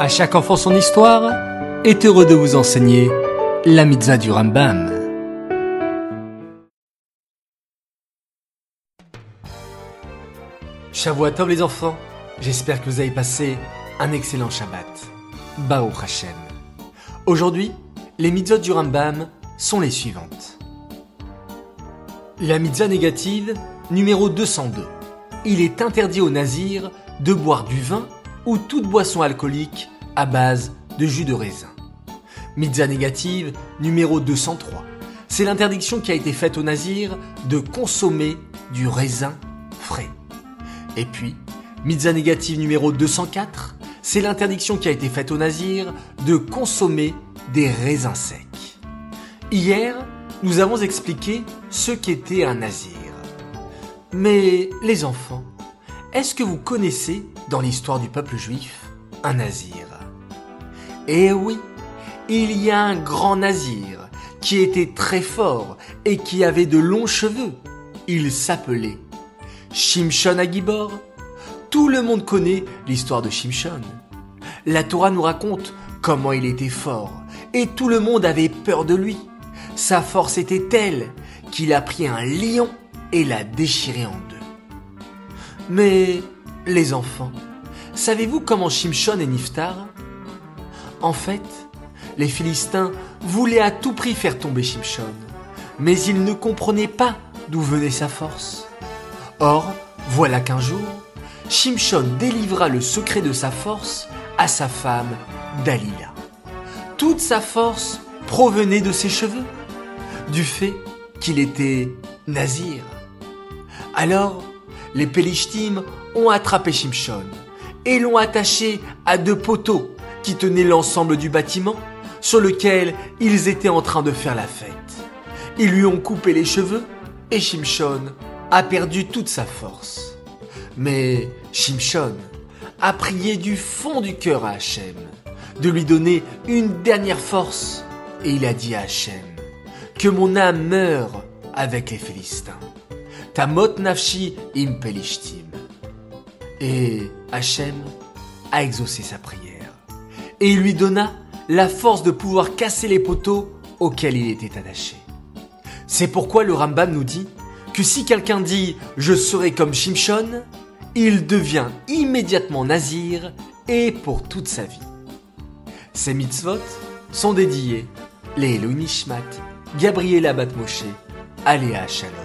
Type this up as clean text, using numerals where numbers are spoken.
À chaque enfant son histoire est heureux de vous enseigner la mitzvah du Rambam. Shavua Tov les enfants, j'espère que vous avez passé un excellent Shabbat. Baruch Hashem. Aujourd'hui, les mitzvot du Rambam sont les suivantes. La mitzvah négative numéro 202. Il est interdit aux nazirs de boire du vin ou toute boisson alcoolique à base de jus de raisin. Mitzvah négative numéro 203. C'est l'interdiction qui a été faite aux nazirs de consommer du raisin frais. Et puis, mitzvah négative numéro 204. C'est l'interdiction qui a été faite aux nazirs de consommer des raisins secs. Hier, nous avons expliqué ce qu'était un nazir. Mais les enfants, est-ce que vous connaissez dans l'histoire du peuple juif un nazir ? Eh oui, il y a un grand nazir qui était très fort et qui avait de longs cheveux. Il s'appelait Shimshon Agibor. Tout le monde connaît l'histoire de Shimshon. La Torah nous raconte comment il était fort et tout le monde avait peur de lui. Sa force était telle qu'il a pris un lion et l'a déchiré en deux. Mais les enfants, savez-vous comment Shimshon est niftar ? En fait, les Philistins voulaient à tout prix faire tomber Shimshon, mais ils ne comprenaient pas d'où venait sa force. Or, voilà qu'un jour, Shimshon délivra le secret de sa force à sa femme Dalila. Toute sa force provenait de ses cheveux, du fait qu'il était nazir. Alors, les Pélishtim ont attrapé Shimshon et l'ont attaché à 2 poteaux qui tenaient l'ensemble du bâtiment sur lequel ils étaient en train de faire la fête. Ils lui ont coupé les cheveux et Shimshon a perdu toute sa force. Mais Shimshon a prié du fond du cœur à Hachem de lui donner une dernière force et il a dit à Hachem que mon âme meure avec les Philistins. Tamot nafshi im pelishtim. Et Hachem a exaucé sa prière. Et il lui donna la force de pouvoir casser les poteaux auxquels il était attaché. C'est pourquoi le Rambam nous dit que si quelqu'un dit « je serai comme Shimshon », il devient immédiatement nazir et pour toute sa vie. Ces mitzvot sont dédiés les Eloi Nishmat, Gabriela Bat Moshe, Aléa Shalom.